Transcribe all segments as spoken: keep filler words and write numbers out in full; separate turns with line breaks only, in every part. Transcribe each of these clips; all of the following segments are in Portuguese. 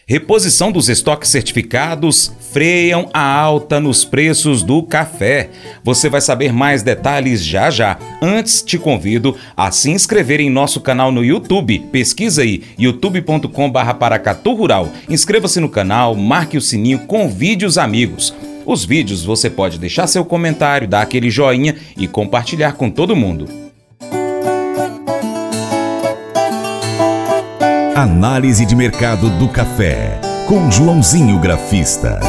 Reposição dos estoques certificados freiam a alta nos preços do café. Você vai saber mais detalhes já já. Antes, te convido a se inscrever em nosso canal no YouTube. Pesquisa aí, youtube ponto com barra Paracatu Rural. Inscreva-se no canal, marque o sininho, convide os amigos. Os vídeos você pode deixar seu comentário, dar aquele joinha e compartilhar com todo mundo.
Análise de mercado do café, com Joãozinho Grafista.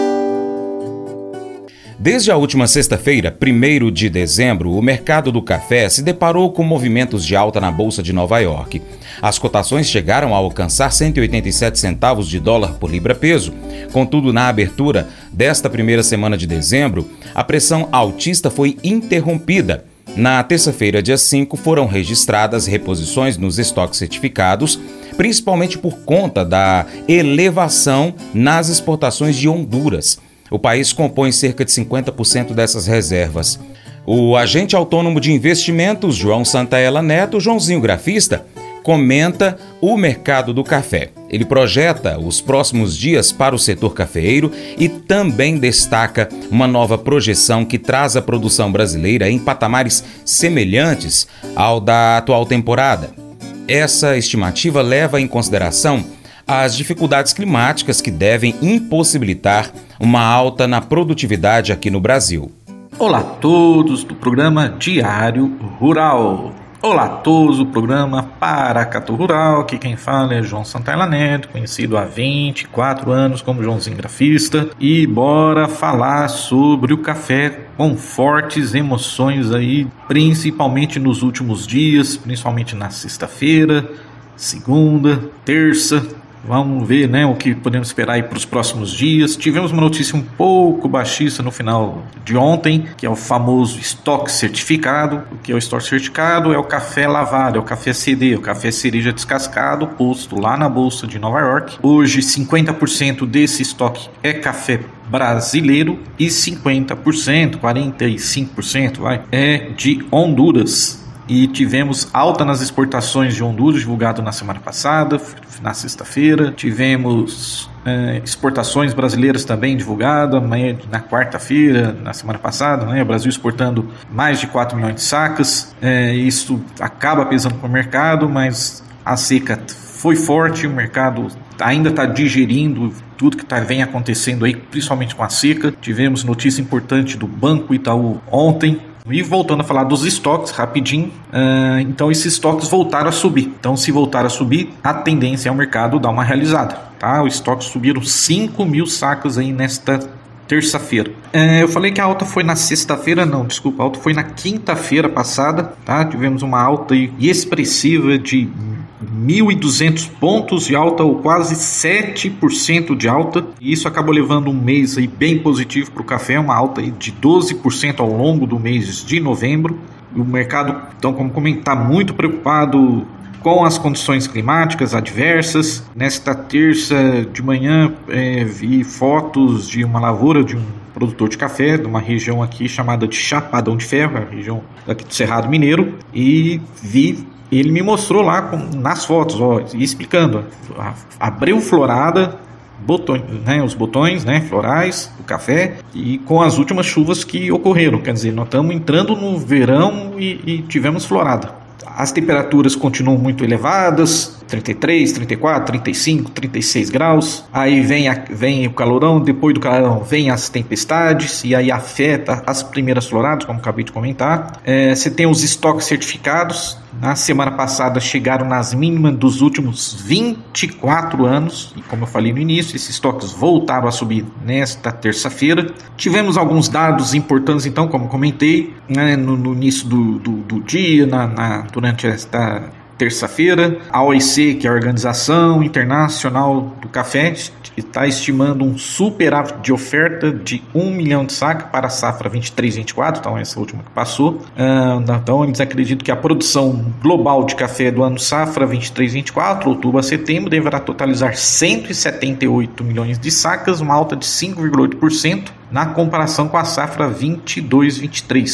Desde a última sexta-feira, primeiro de dezembro, o mercado do café se deparou com movimentos de alta na Bolsa de Nova York. As cotações chegaram a alcançar cento e oitenta e sete centavos de dólar por libra-peso. Contudo, na abertura desta primeira semana de dezembro, a pressão altista foi interrompida. Na terça-feira, dia cinco, foram registradas reposições nos estoques certificados, principalmente por conta da elevação nas exportações de Honduras. O país compõe cerca de cinquenta por cento dessas reservas. O agente autônomo de investimentos, João Santaella Neto, Joãozinho Grafista, comenta o mercado do café. Ele projeta os próximos dias para o setor cafeeiro e também destaca uma nova projeção que traz a produção brasileira em patamares semelhantes ao da atual temporada. Essa estimativa leva em consideração as dificuldades climáticas que devem impossibilitar uma alta na produtividade aqui no Brasil.
Olá a todos do programa Diário Rural. Olá a todos do programa Paracatu Rural. Aqui quem fala é João Santaella Neto, conhecido há vinte e quatro anos como Joãozinho Grafista. E bora falar sobre o café com fortes emoções aí, principalmente nos últimos dias, principalmente na sexta-feira, segunda, terça. Vamos ver, né, o que podemos esperar aí para os próximos dias. Tivemos uma notícia um pouco baixista no final de ontem, que é o famoso estoque certificado. O que é o estoque certificado? É o café lavado, é o café C D, o café cereja descascado, posto lá na Bolsa de Nova York. Hoje, cinquenta por cento desse estoque é café brasileiro e cinquenta por cento, quarenta e cinco por cento, vai, é de Honduras. E tivemos alta nas exportações de Honduras, divulgado na semana passada, na sexta-feira. Tivemos é, exportações brasileiras também divulgadas na quarta-feira, na semana passada, né? O Brasil exportando mais de quatro milhões de sacas. É, isso acaba pesando para o mercado, mas a seca foi forte, o mercado ainda está digerindo tudo que tá, vem acontecendo aí, principalmente com a seca. Tivemos notícia importante do Banco Itaú ontem. E voltando a falar dos estoques, rapidinho, uh, então esses estoques voltaram a subir. Então, se voltar a subir, a tendência é o mercado dar uma realizada. Tá? Os estoques subiram cinco mil sacas aí nesta terça-feira. Uh, eu falei que a alta foi na sexta-feira, não, desculpa, a alta foi na quinta-feira passada. Tá? Tivemos uma alta aí expressiva de mil e duzentos pontos de alta, ou quase sete por cento de alta, e isso acabou levando um mês aí bem positivo para o café, uma alta aí de doze por cento ao longo do mês de novembro. O mercado, então, como comentei, está muito preocupado com as condições climáticas adversas. Nesta terça de manhã, é, vi fotos de uma lavoura de um produtor de café, de uma região aqui chamada de Chapadão de Ferro, a região aqui do Cerrado Mineiro, e vi ele me mostrou lá com, nas fotos, ó, explicando, a, abriu florada, botões, né, os botões, né, florais do café, e com as últimas chuvas que ocorreram, quer dizer, nós estamos entrando no verão e, e tivemos florada. As temperaturas continuam muito elevadas, trinta e três, trinta e quatro, trinta e cinco, trinta e seis graus. Aí vem, a, vem o calorão, depois do calorão vem as tempestades, e aí afeta as primeiras floradas, como acabei de comentar. É, você tem os estoques certificados. Na semana passada chegaram nas mínimas dos últimos vinte e quatro anos. E como eu falei no início, esses estoques voltaram a subir nesta terça-feira. Tivemos alguns dados importantes, então, como comentei, né, no, no início do, do, do dia, na, na, durante esta terça-feira. A O I C, que é a Organização Internacional do Café, está estimando um superávit de oferta de um milhão de sacas para a safra vinte e três vinte e quatro, então essa última que passou. Então eles acreditam que a produção global de café do ano safra vinte e três vinte e quatro, outubro a setembro, deverá totalizar cento e setenta e oito milhões de sacas, uma alta de cinco vírgula oito por cento na comparação com a safra vinte e dois vinte e três.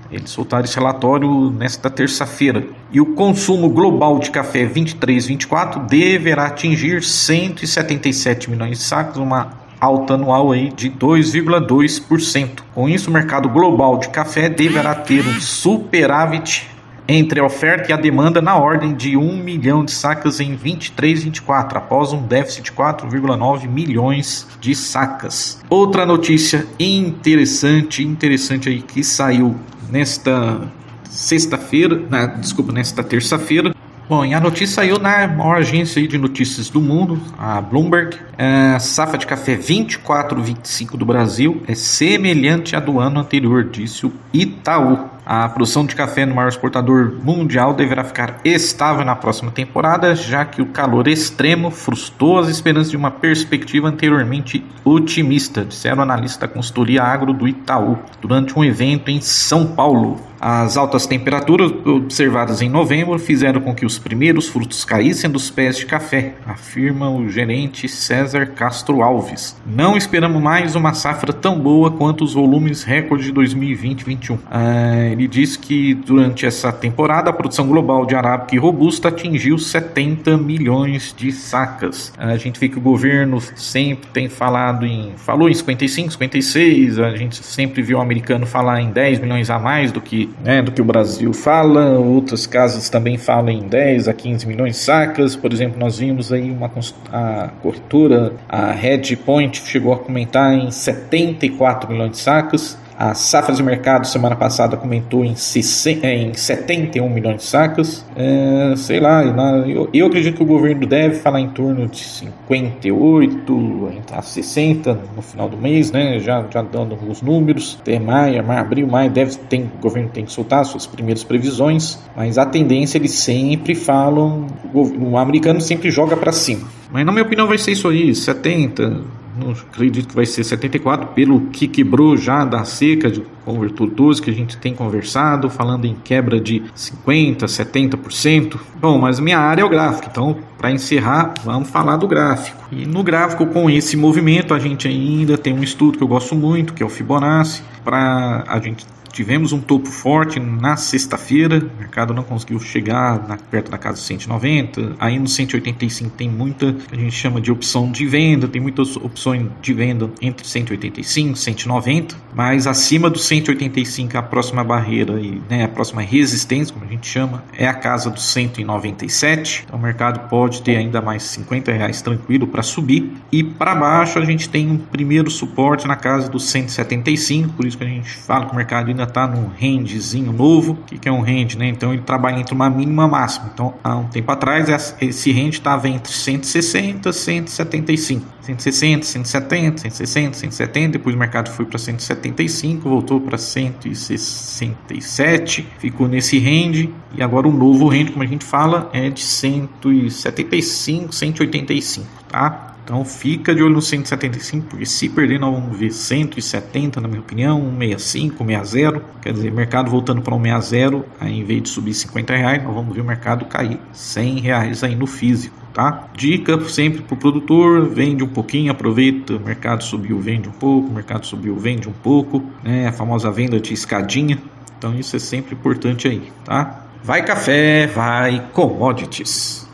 Eles soltaram esse relatório nesta terça-feira. E o consumo global de café vinte e três vinte e quatro deverá atingir cento e setenta e sete milhões de sacos, uma alta anual aí de dois vírgula dois por cento. Com isso, o mercado global de café deverá ter um superávit entre a oferta e a demanda na ordem de um milhão de sacas em vinte e três vinte e quatro, após um déficit de quatro vírgula nove milhões de sacas. Outra notícia interessante, interessante aí que saiu nesta sexta-feira, na, desculpa, nesta terça-feira. Bom, e a notícia saiu na maior agência aí de notícias do mundo, a Bloomberg. A safra de café vinte e quatro vinte e cinco do Brasil é semelhante à do ano anterior, disse o Itaú. A produção de café no maior exportador mundial deverá ficar estável na próxima temporada, já que o calor extremo frustrou as esperanças de uma perspectiva anteriormente otimista, disseram analistas da consultoria agro do Itaú, durante um evento em São Paulo. As altas temperaturas observadas em novembro fizeram com que os primeiros frutos caíssem dos pés de café, afirma o gerente César Castro Alves. Não esperamos mais uma safra tão boa quanto os volumes recorde de dois mil e vinte e vinte e um. Ah, ele diz que durante essa temporada a produção global de arábica e robusta atingiu setenta milhões de sacas. A gente vê que o governo sempre tem falado em... falou em cinquenta e cinco, cinquenta e seis, a gente sempre viu o americano falar em dez milhões a mais do que Né, do que o Brasil fala. Outras casas também falam em dez a quinze milhões de sacas. Por exemplo, nós vimos aí uma a corretora, a Hedgepoint, chegou a comentar em setenta e quatro milhões de sacas. A safra de mercado semana passada comentou em, sessenta, em setenta e um milhões de sacas. É, sei lá, eu, eu acredito que o governo deve falar em torno de cinquenta e oito a sessenta no final do mês, né? Já, já dando os números. Até maio, maio, abril, maio, deve, tem, o governo tem que soltar suas primeiras previsões, mas a tendência eles sempre falam, o, o americano sempre joga para cima. Mas na minha opinião vai ser isso aí, setenta. Não acredito que vai ser setenta e quatro, pelo que quebrou já da seca de convertores que a gente tem conversado, falando em quebra de cinquenta, setenta por cento. Bom, mas minha área é o gráfico, então para encerrar, vamos falar do gráfico. E no gráfico, com esse movimento, a gente ainda tem um estudo que eu gosto muito, que é o Fibonacci. Para a gente tivemos um topo forte na sexta-feira, o mercado não conseguiu chegar na, perto da casa cento e noventa, aí no cento e oitenta e cinco tem muita, que a gente chama de opção de venda, tem muitas opções de venda entre cento e oitenta e cinco e cento e noventa, mas acima do cento e oitenta e cinco a próxima barreira, e, né, a próxima resistência, como a gente chama, é a casa dos cento e noventa e sete, então o mercado pode ter ainda mais cinquenta reais tranquilo para subir, e para baixo a gente tem um primeiro suporte na casa dos cento e setenta e cinco, por isso que a gente fala que o mercado ainda está num rangezinho novo. O que, que é um range, né? Então ele trabalha entre uma mínima e uma máxima. Então há um tempo atrás esse range estava entre cento e sessenta e cento e setenta e cinco, cento e sessenta, cento e setenta, cento e sessenta, cento e setenta, depois o mercado foi para cento e setenta e cinco, voltou para cento e sessenta e sete, ficou nesse range, e agora o novo range, como a gente fala, é de cento e setenta e cinco, cento e oitenta e cinco, tá? Então fica de olho no cento e setenta e cinco, porque se perder nós vamos ver cento e setenta, na minha opinião, cento e sessenta e cinco, cento e sessenta, quer dizer, mercado voltando para cento e sessenta, aí em vez de subir cinquenta reais, nós vamos ver o mercado cair cem reais aí no físico, tá? Dica sempre para o produtor, vende um pouquinho, aproveita, o mercado subiu, vende um pouco, o mercado subiu, vende um pouco, né? A famosa venda de escadinha, então isso é sempre importante aí, tá? Vai café, vai commodities.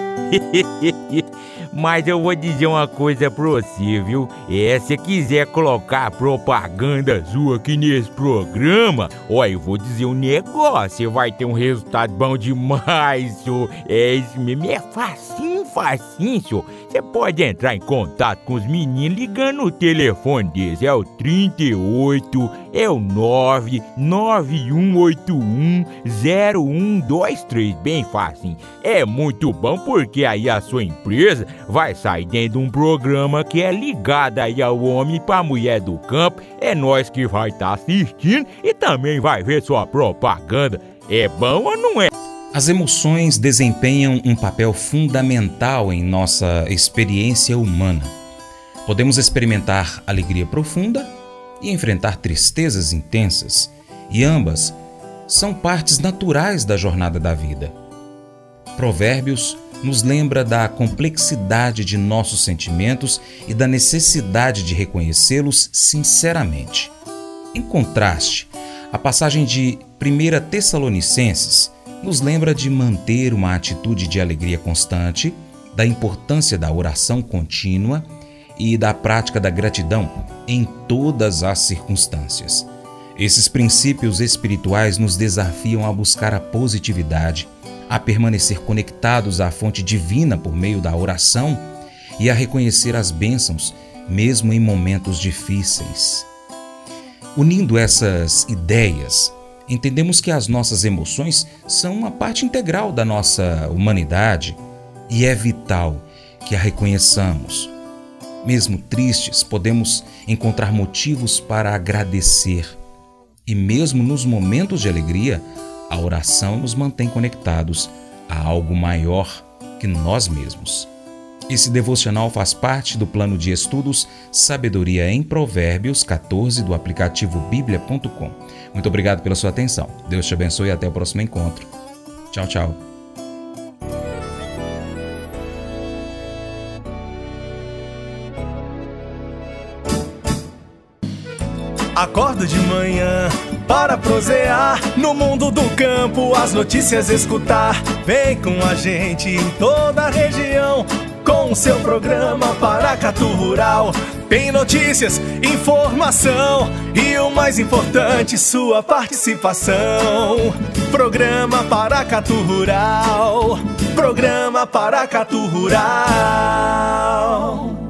Mas eu vou dizer uma coisa pra você, viu? É, se quiser colocar propaganda sua aqui nesse programa, ó, eu vou dizer um negócio, você vai ter um resultado bom demais, senhor. É isso mesmo, é facinho, facinho, senhor. Você pode entrar em contato com os meninos ligando no telefone deles, é o trinta e oito, é o nove nove um oito um zero um dois três, bem facinho. É muito bom porque aí a sua empresa vai sair dentro de um programa que é ligado aí ao homem para a mulher do campo. É nós que vai estar tá assistindo e também vai ver sua propaganda. É bom ou não é?
As emoções desempenham um papel fundamental em nossa experiência humana. Podemos experimentar alegria profunda e enfrentar tristezas intensas, e ambas são partes naturais da jornada da vida. Provérbios nos lembra da complexidade de nossos sentimentos e da necessidade de reconhecê-los sinceramente. Em contraste, A passagem de primeira Tessalonicenses nos lembra de manter uma atitude de alegria constante, da importância da oração contínua e da prática da gratidão em todas as circunstâncias. Esses princípios espirituais nos desafiam a buscar a positividade, a permanecer conectados à fonte divina por meio da oração e a reconhecer as bênçãos, mesmo em momentos difíceis. Unindo essas ideias, entendemos que as nossas emoções são uma parte integral da nossa humanidade e é vital que a reconheçamos. Mesmo tristes, podemos encontrar motivos para agradecer. E mesmo nos momentos de alegria, a oração nos mantém conectados a algo maior que nós mesmos. Esse devocional faz parte do plano de estudos Sabedoria em Provérbios catorze do aplicativo bíblia ponto com. Muito obrigado pela sua atenção. Deus te abençoe e até o próximo encontro. Tchau, tchau.
Acordo de manhã para prosear no mundo do campo, as notícias escutar. Vem com a gente em toda a região com o seu programa Paracatu Rural. Tem notícias, informação e o mais importante, sua participação. Programa Paracatu Rural. Programa Paracatu Rural.